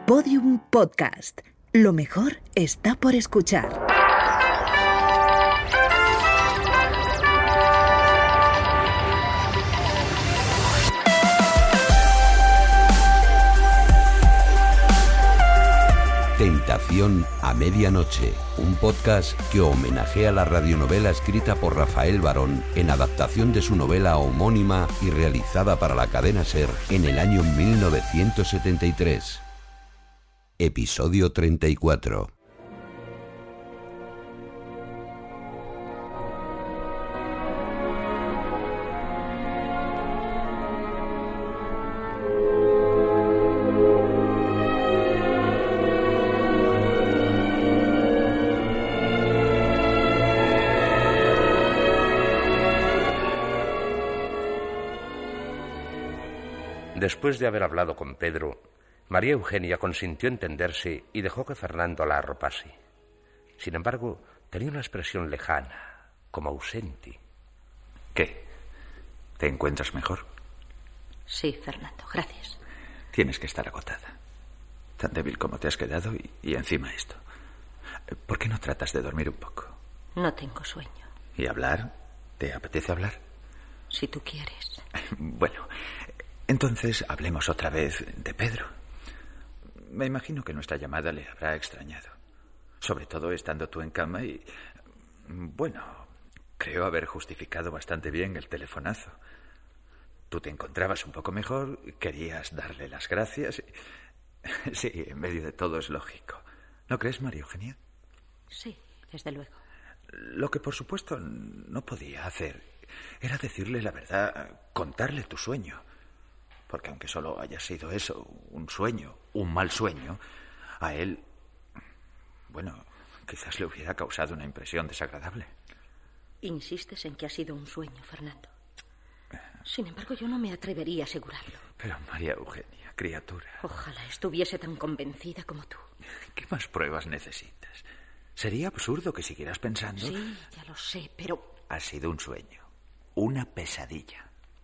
Podium Podcast. Lo mejor está por escuchar. Tentación a medianoche, un podcast que homenajea la radionovela escrita por Rafael Barón en adaptación de su novela homónima y realizada para la cadena SER en el año 1973. Episodio 34. Después de haber hablado con Pedro, María Eugenia consintió entenderse y dejó que Fernando la arropase. Sin embargo, tenía una expresión lejana, como ausente. ¿Qué? ¿Te encuentras mejor? Sí, Fernando, gracias. Tienes que estar agotada. Tan débil como te has quedado y encima esto. ¿Por qué no tratas de dormir un poco? No tengo sueño. ¿Y hablar? ¿Te apetece hablar? Si tú quieres. Bueno, entonces hablemos otra vez de Pedro. Me imagino que nuestra llamada le habrá extrañado. Sobre todo estando tú en cama y... Bueno, creo haber justificado bastante bien el telefonazo. Tú te encontrabas un poco mejor, querías darle las gracias. Sí, en medio de todo es lógico. ¿No crees, María Eugenia? Sí, desde luego. Lo que por supuesto no podía hacer era decirle la verdad, contarle tu sueño. Porque aunque solo haya sido eso, un sueño, un mal sueño, a él, bueno, quizás le hubiera causado una impresión desagradable. Insistes en que ha sido un sueño, Fernando. Sin embargo, yo no me atrevería a asegurarlo. Pero María Eugenia, criatura... Ojalá estuviese tan convencida como tú. ¿Qué más pruebas necesitas? Sería absurdo que siguieras pensando... Sí, ya lo sé, pero... Ha sido un sueño, una pesadilla.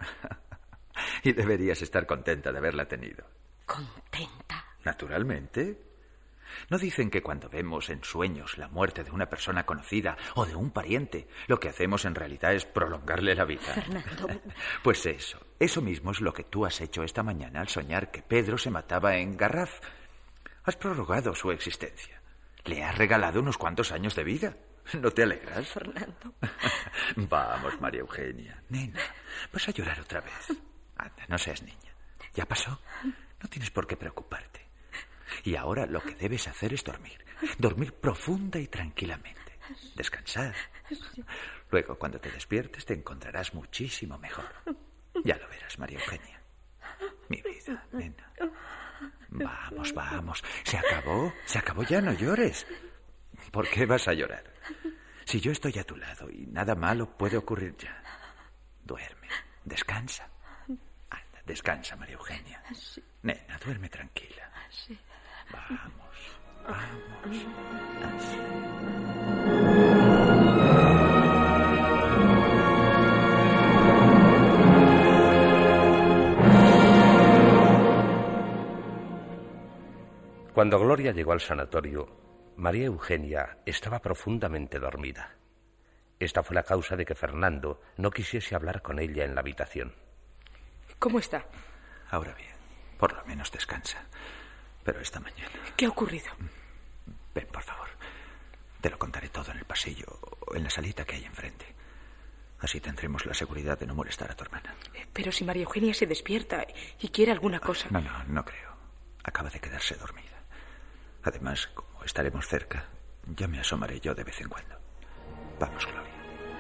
Y deberías estar contenta de haberla tenido. ¿Contenta? Naturalmente. ¿No dicen que cuando vemos en sueños la muerte de una persona conocida o de un pariente, lo que hacemos en realidad es prolongarle la vida? Fernando... Pues eso mismo es lo que tú has hecho esta mañana al soñar que Pedro se mataba en Garraf. Has prorrogado su existencia. Le has regalado unos cuantos años de vida. ¿No te alegras? Fernando... Vamos, María Eugenia. Nena, vas a llorar otra vez. Anda, no seas niña. ¿Ya pasó? No tienes por qué preocuparte. Y ahora lo que debes hacer es dormir. Dormir profunda y tranquilamente. Descansar. Luego, cuando te despiertes, te encontrarás muchísimo mejor. Ya lo verás, María Eugenia. Mi vida, nena. Vamos. Se acabó ya, no llores. ¿Por qué vas a llorar? Si yo estoy a tu lado y nada malo puede ocurrir ya. Duerme, descansa. Descansa, María Eugenia. Sí. Nena, duerme tranquila. Sí. Vamos. Así. Cuando Gloria llegó al sanatorio, María Eugenia estaba profundamente dormida. Esta fue la causa de que Fernando no quisiese hablar con ella en la habitación. ¿Cómo está? Ahora bien, por lo menos descansa. Pero esta mañana... ¿Qué ha ocurrido? Ven, por favor. Te lo contaré todo en el pasillo o en la salita que hay enfrente. Así tendremos la seguridad de no molestar a tu hermana. Pero si María Eugenia se despierta y quiere alguna cosa... No creo. Acaba de quedarse dormida. Además, como estaremos cerca, ya me asomaré yo de vez en cuando. Vamos, Gloria.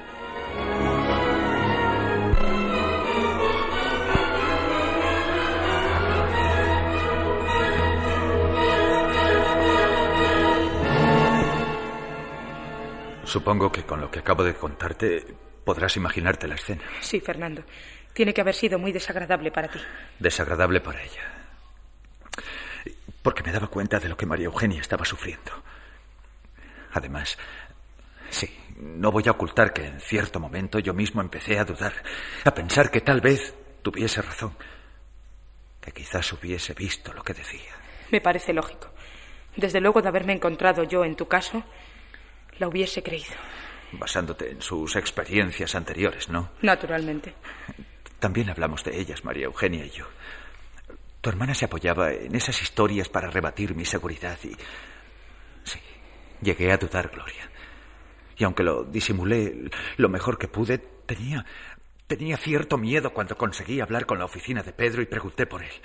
Supongo que con lo que acabo de contarte podrás imaginarte la escena. Sí, Fernando. Tiene que haber sido muy desagradable para ti. Desagradable para ella. Porque me daba cuenta de lo que María Eugenia estaba sufriendo. Además, sí, no voy a ocultar que en cierto momento yo mismo empecé a dudar, a pensar que tal vez tuviese razón, que quizás hubiese visto lo que decía. Me parece lógico. Desde luego, de haberme encontrado yo en tu caso, la hubiese creído. Basándote en sus experiencias anteriores, ¿no? Naturalmente. También hablamos de ellas, María Eugenia y yo. Tu hermana se apoyaba en esas historias para rebatir mi seguridad y... Sí, llegué a dudar, Gloria. Y aunque lo disimulé lo mejor que pude, tenía cierto miedo cuando conseguí hablar con la oficina de Pedro y pregunté por él.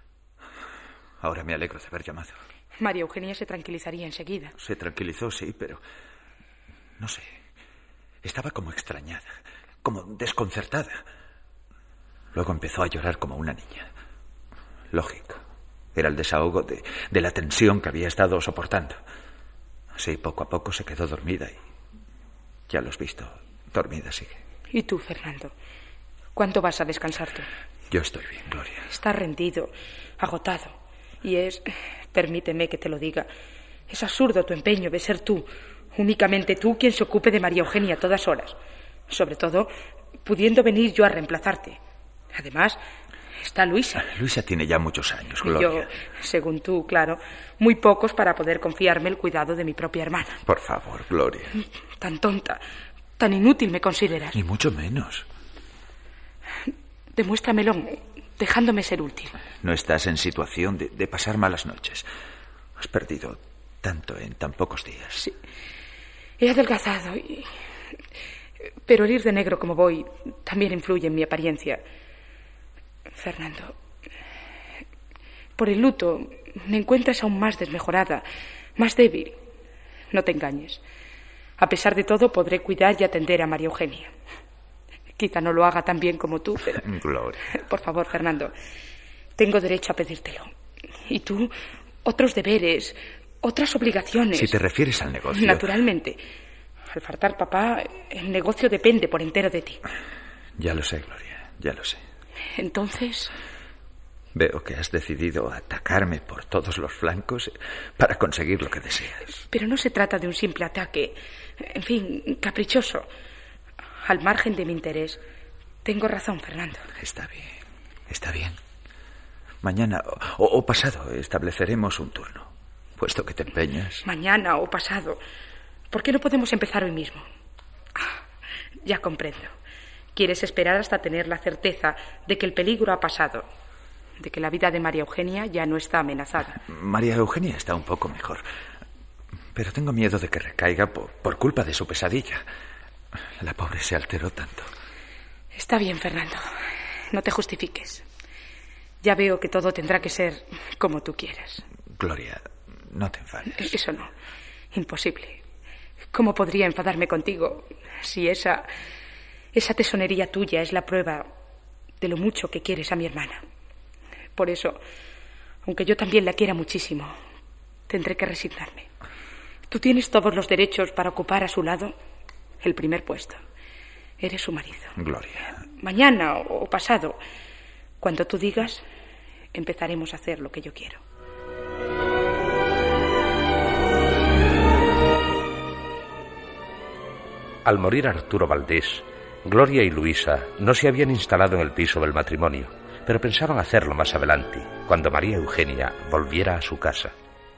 Ahora me alegro de haber llamado. María Eugenia se tranquilizaría enseguida. Se tranquilizó, sí, pero... No sé. Estaba como extrañada, como desconcertada. Luego empezó a llorar como una niña. Lógico. Era el desahogo de la tensión que había estado soportando. Así, poco a poco se quedó dormida y... Ya lo has visto. Dormida sigue. ¿Y tú, Fernando? ¿Cuánto vas a descansar tú? Yo estoy bien, Gloria. Estás rendido, agotado. Y es... Permíteme que te lo diga. Es absurdo tu empeño de ser tú, únicamente tú, quien se ocupe de María Eugenia a todas horas. Sobre todo, pudiendo venir yo a reemplazarte. Además, está Luisa. Luisa tiene ya muchos años, Gloria. Y yo, según tú, claro, muy pocos para poder confiarme el cuidado de mi propia hermana. Por favor, Gloria. Tan tonta, tan inútil me consideras. Ni mucho menos. Demuéstramelo, dejándome ser útil. No estás en situación de pasar malas noches. Has perdido tanto en tan pocos días. Sí. He adelgazado y... Pero el ir de negro como voy también influye en mi apariencia. Fernando, por el luto me encuentras aún más desmejorada, más débil. No te engañes. A pesar de todo, podré cuidar y atender a María Eugenia. Quizá no lo haga tan bien como tú, pero... Gloria. Por favor, Fernando, tengo derecho a pedírtelo. Y tú, otros deberes, otras obligaciones. Si te refieres al negocio... Naturalmente. Al faltar papá, el negocio depende por entero de ti. Ya lo sé, Gloria, ya lo sé. Entonces... Veo que has decidido atacarme por todos los flancos para conseguir lo que deseas. Pero no se trata de un simple ataque, en fin, caprichoso. Al margen de mi interés, tengo razón, Fernando. Está bien, está bien. Mañana o pasado estableceremos un turno, puesto que te empeñas. Mañana o pasado. ¿Por qué no podemos empezar hoy mismo? Ya comprendo. Quieres esperar hasta tener la certeza de que el peligro ha pasado, de que la vida de María Eugenia ya no está amenazada. María Eugenia está un poco mejor, pero tengo miedo de que recaiga por culpa de su pesadilla. La pobre se alteró tanto. Está bien, Fernando. No te justifiques. Ya veo que todo tendrá que ser como tú quieras. Gloria, no te enfades. Eso no. Imposible. ¿Cómo podría enfadarme contigo si esa tesonería tuya es la prueba de lo mucho que quieres a mi hermana? Por eso, aunque yo también la quiera muchísimo, tendré que resignarme. Tú tienes todos los derechos para ocupar a su lado el primer puesto. Eres su marido. Gloria. Mañana o pasado, cuando tú digas, empezaremos a hacer lo que yo quiero. Al morir Arturo Valdés, Gloria y Luisa no se habían instalado en el piso del matrimonio, pero pensaban hacerlo más adelante, cuando María Eugenia volviera a su casa.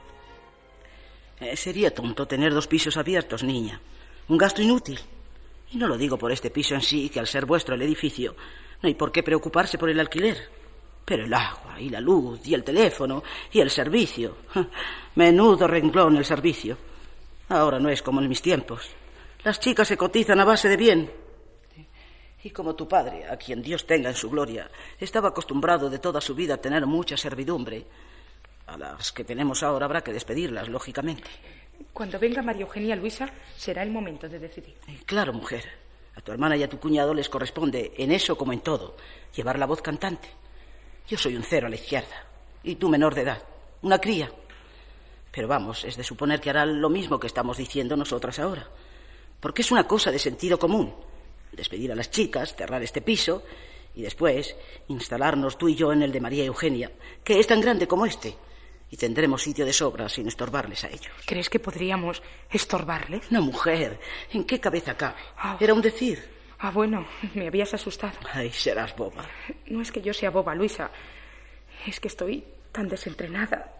Sería tonto tener 2 pisos abiertos, niña. Un gasto inútil. Y no lo digo por este piso en sí, que al ser vuestro el edificio, no hay por qué preocuparse por el alquiler. Pero el agua, y la luz, y el teléfono, y el servicio. Menudo renglón el servicio. Ahora no es como en mis tiempos. Las chicas se cotizan a base de bien. Y como tu padre, a quien Dios tenga en su gloria, estaba acostumbrado de toda su vida a tener mucha servidumbre, a las que tenemos ahora habrá que despedirlas, lógicamente. Cuando venga María Eugenia, Luisa, será el momento de decidir. Claro, mujer. A tu hermana y a tu cuñado les corresponde, en eso como en todo, llevar la voz cantante. Yo soy un 0 a la izquierda, y tú menor de edad, una cría. Pero vamos, es de suponer que hará lo mismo que estamos diciendo nosotras ahora. Porque es una cosa de sentido común. Despedir a las chicas, cerrar este piso y después instalarnos tú y yo en el de María Eugenia, que es tan grande como este, y tendremos sitio de sobra sin estorbarles a ellos. ¿Crees que podríamos estorbarles? No, mujer, ¿en qué cabeza cabe? Era un decir. Bueno, me habías asustado. Ay, serás boba. No es que yo sea boba, Luisa. Es que estoy tan desentrenada,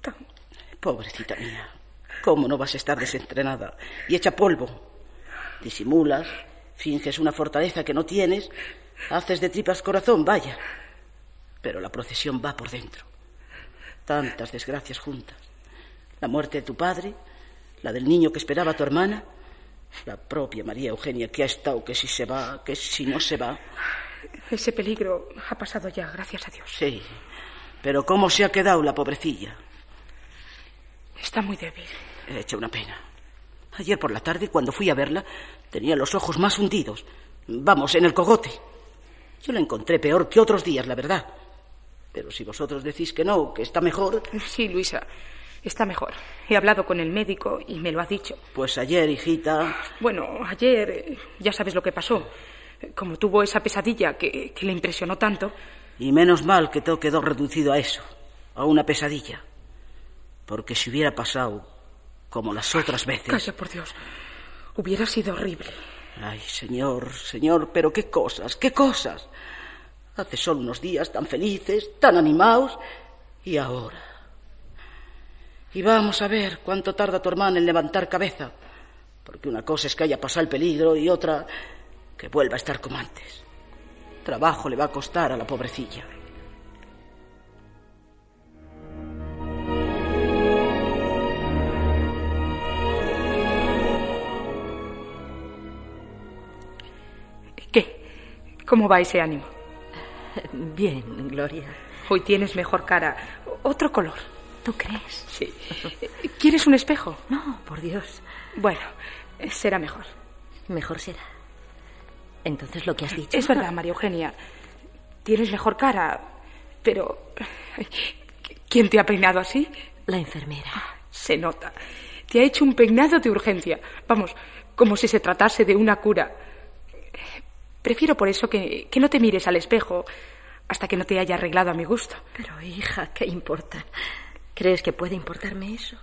Pobrecita mía, ¿cómo no vas a estar desentrenada y hecha polvo? Disimulas, finges una fortaleza que no tienes, haces de tripas corazón, vaya. Pero la procesión va por dentro. Tantas desgracias juntas. La muerte de tu padre, la del niño que esperaba a tu hermana, la propia María Eugenia que ha estado, que si se va, que si no se va. Ese peligro ha pasado ya, gracias a Dios. Sí, pero ¿cómo se ha quedado la pobrecilla? Está muy débil. He hecho una pena. Ayer por la tarde, cuando fui a verla, tenía los ojos más hundidos. Vamos, en el cogote. Yo la encontré peor que otros días, la verdad. Pero si vosotros decís que no, que está mejor... Sí, Luisa, está mejor. He hablado con el médico y me lo ha dicho. Pues ayer, hijita... Bueno, ayer ya sabes lo que pasó. Como tuvo esa pesadilla que le impresionó tanto... Y menos mal que todo quedó reducido a eso, a una pesadilla. Porque si hubiera pasado como las otras veces... Calla, por Dios. Hubiera sido horrible. Ay, señor, señor, pero qué cosas, qué cosas. Hace solo unos días tan felices, tan animados, y ahora... Y vamos a ver cuánto tarda tu hermana en levantar cabeza, porque una cosa es que haya pasado el peligro y otra que vuelva a estar como antes. Trabajo le va a costar a la pobrecilla. ¿Qué? ¿Cómo va ese ánimo? Bien, Gloria. Hoy tienes mejor cara, otro color. ¿Tú crees? Sí. ¿Quieres un espejo? No, por Dios. Bueno, será mejor. Mejor será. Entonces lo que has dicho... Es verdad, María Eugenia. Tienes mejor cara, pero... ¿Quién te ha peinado así? La enfermera. Se nota. Te ha hecho un peinado de urgencia. Vamos, como si se tratase de una cura. Prefiero por eso que no te mires al espejo hasta que no te haya arreglado a mi gusto. Pero, hija, ¿qué importa? ¿Crees que puede importarme eso?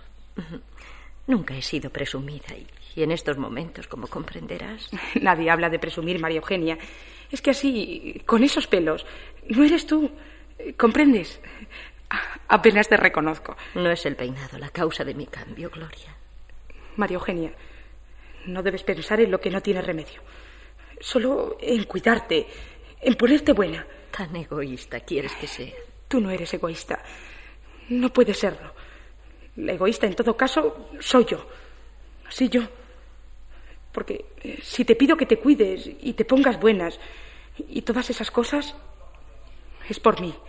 Nunca he sido presumida y en estos momentos, como comprenderás... Nadie habla de presumir, María Eugenia. Es que así, con esos pelos, no eres tú. ¿Comprendes? Apenas te reconozco. No es el peinado la causa de mi cambio, Gloria. María Eugenia, no debes pensar en lo que no tiene remedio. Solo en cuidarte, en ponerte buena. Tan egoísta quieres que sea. Tú no eres egoísta. No puedes serlo. La egoísta, en todo caso, soy yo. Sí, yo. Porque si te pido que te cuides y te pongas buenas y todas esas cosas, es por mí.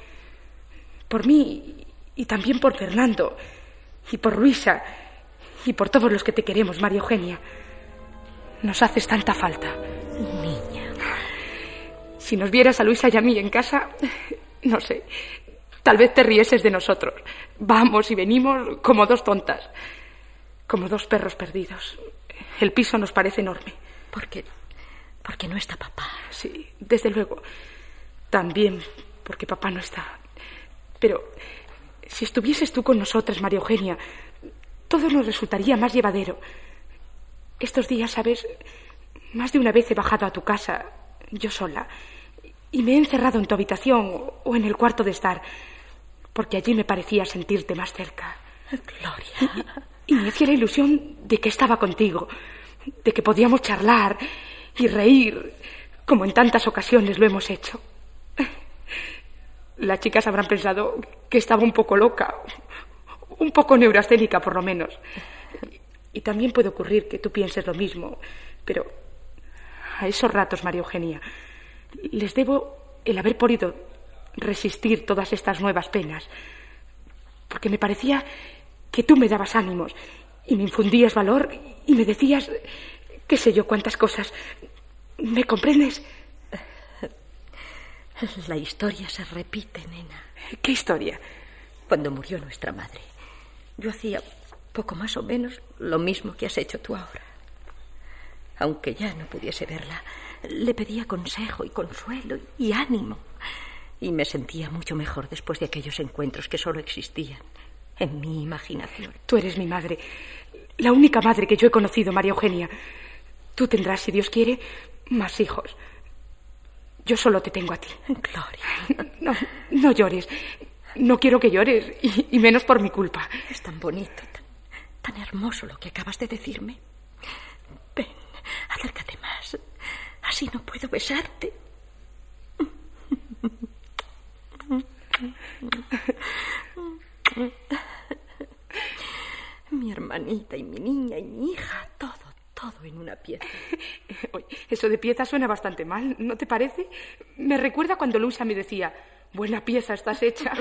Por mí y también por Fernando y por Luisa y por todos los que te queremos, María Eugenia. Nos haces tanta falta. Niña. Si nos vieras a Luisa y a mí en casa, no sé, tal vez te rieses de nosotros. Vamos y venimos como dos tontas, como dos perros perdidos. El piso nos parece enorme. Porque no está papá. Sí, desde luego. También porque papá no está. Pero si estuvieses tú con nosotras, María Eugenia, todo nos resultaría más llevadero. Estos días, ¿sabes? Más de una vez he bajado a tu casa, yo sola, y me he encerrado en tu habitación o en el cuarto de estar, porque allí me parecía sentirte más cerca. Gloria. Y me hacía la ilusión de que estaba contigo, de que podíamos charlar y reír, como en tantas ocasiones lo hemos hecho. Las chicas habrán pensado que estaba un poco loca, un poco neurasténica por lo menos. Y también puede ocurrir que tú pienses lo mismo, pero a esos ratos, María Eugenia, les debo el haber podido resistir todas estas nuevas penas, porque me parecía que tú me dabas ánimos y me infundías valor y me decías qué sé yo cuántas cosas. ¿Me comprendes? La historia se repite, nena. ¿Qué historia? Cuando murió nuestra madre, yo hacía poco más o menos lo mismo que has hecho tú ahora. Aunque ya no pudiese verla, le pedía consejo y consuelo y ánimo. Y me sentía mucho mejor después de aquellos encuentros que solo existían en mi imaginación. Tú eres mi madre, la única madre que yo he conocido, María Eugenia. Tú tendrás, si Dios quiere, más hijos. Yo solo te tengo a ti. Gloria. No llores. No quiero que llores, y menos por mi culpa. Es tan bonito, tan hermoso lo que acabas de decirme. Ven, acércate más. Así no puedo besarte. Mi hermanita y mi niña y mi hija, todo en una pieza. Oye, eso de pieza suena bastante mal, ¿no te parece? Me recuerda cuando Luisa me decía, buena pieza estás hecha.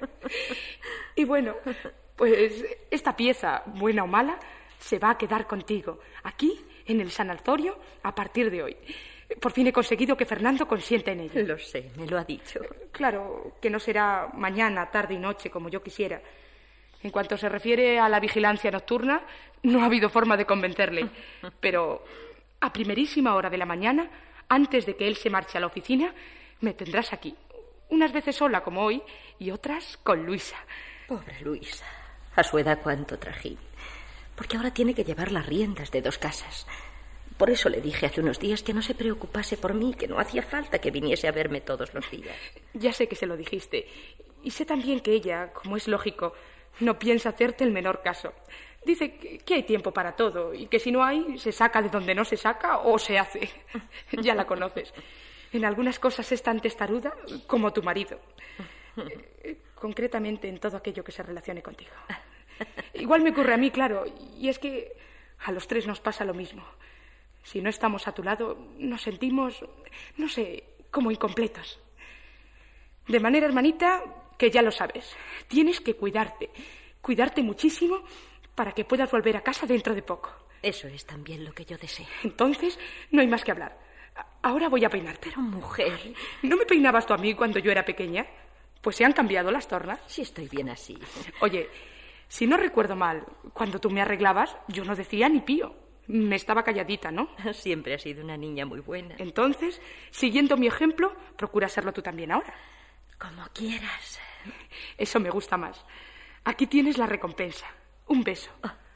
Y bueno, pues esta pieza, buena o mala, se va a quedar contigo, aquí, en el sanatorio, a partir de hoy. Por fin he conseguido que Fernando consienta en ello. Lo sé, me lo ha dicho. Claro que no será mañana, tarde y noche, como yo quisiera. En cuanto se refiere a la vigilancia nocturna, no ha habido forma de convencerle. Pero a primerísima hora de la mañana, antes de que él se marche a la oficina, me tendrás aquí. Unas veces sola, como hoy, y otras con Luisa. Pobre Luisa. A su edad, cuánto trajín. Porque ahora tiene que llevar las riendas de 2 casas. Por eso le dije hace unos días que no se preocupase por mí, que no hacía falta que viniese a verme todos los días. Ya sé que se lo dijiste. Y sé también que ella, como es lógico, no piensa hacerte el menor caso. Dice que hay tiempo para todo y que si no hay, se saca de donde no se saca o se hace. Ya la conoces. En algunas cosas es tan testaruda como tu marido. Concretamente en todo aquello que se relacione contigo. Igual me ocurre a mí, claro, y es que a los 3 nos pasa lo mismo. Si no estamos a tu lado, nos sentimos, no sé, como incompletos. De manera, hermanita, que ya lo sabes, tienes que cuidarte muchísimo para que puedas volver a casa dentro de poco. Eso es también lo que yo deseo. Entonces, no hay más que hablar. Ahora voy a peinarte. Pero, mujer... ¿No me peinabas tú a mí cuando yo era pequeña? Pues se han cambiado las tornas. Sí, estoy bien así. Oye, si no recuerdo mal, cuando tú me arreglabas, yo no decía ni pío. Me estaba calladita, ¿no? Siempre has sido una niña muy buena. Entonces, siguiendo mi ejemplo, procura serlo tú también ahora. Como quieras. Eso me gusta más. Aquí tienes la recompensa. Un beso.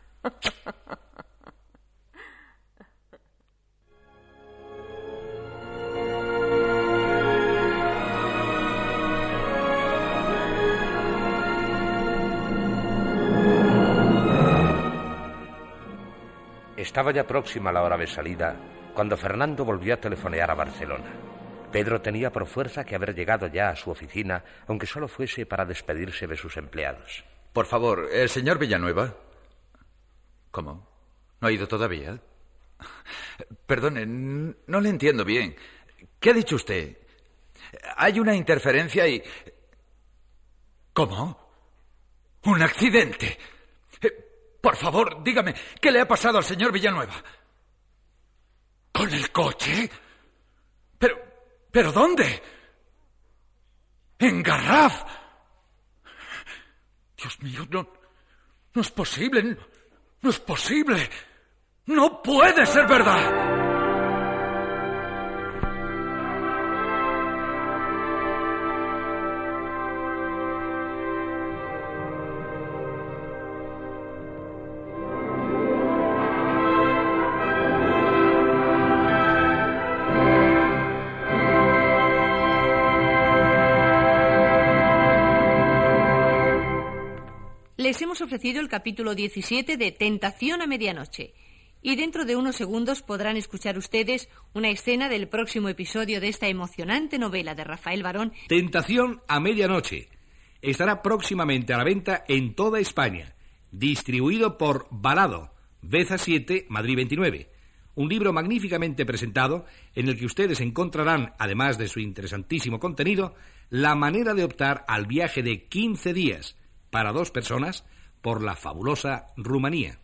Estaba ya próxima la hora de salida cuando Fernando volvió a telefonear a Barcelona. Pedro tenía por fuerza que haber llegado ya a su oficina, aunque solo fuese para despedirse de sus empleados. Por favor, ¿el señor Villanueva? ¿Cómo? ¿No ha ido todavía? Perdone, no le entiendo bien. ¿Qué ha dicho usted? Hay una interferencia y... ¿Cómo? ¿Un accidente? Por favor, dígame, ¿qué le ha pasado al señor Villanueva? ¿Con el coche? ¿Pero dónde? ¿En Garraf? Dios mío, no es posible, no es posible. ¡No puede ser verdad! Les hemos ofrecido el capítulo 17 de Tentación a medianoche y dentro de unos segundos podrán escuchar ustedes una escena del próximo episodio de esta emocionante novela de Rafael Barón. Tentación a medianoche. Estará próximamente a la venta en toda España, distribuido por Balado, Beza 7, Madrid 29. Un libro magníficamente presentado en el que ustedes encontrarán, además de su interesantísimo contenido, la manera de optar al viaje de 15 días para 2 personas por la fabulosa Rumanía.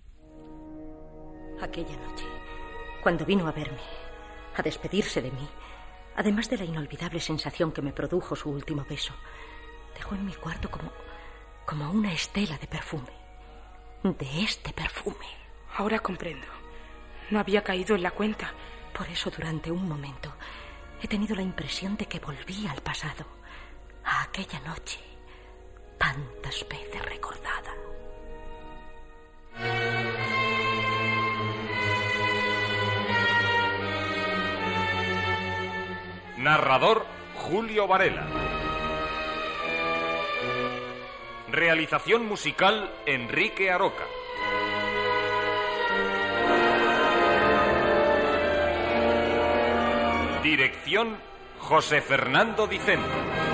Aquella noche, cuando vino a verme, a despedirse de mí, además de la inolvidable sensación que me produjo su último beso, dejó en mi cuarto como una estela de perfume. De este perfume. Ahora comprendo. No había caído en la cuenta. Por eso durante un momento he tenido la impresión de que volví al pasado, a aquella noche tantas veces recordada. Narrador Julio Varela. Realización musical, Enrique Aroca. Dirección, José Fernando Dicente.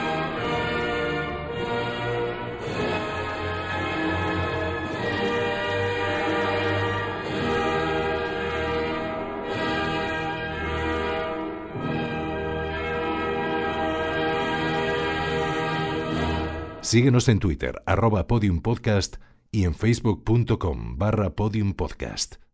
Síguenos en Twitter, @podiumpodcast y en facebook.com/podiumpodcast.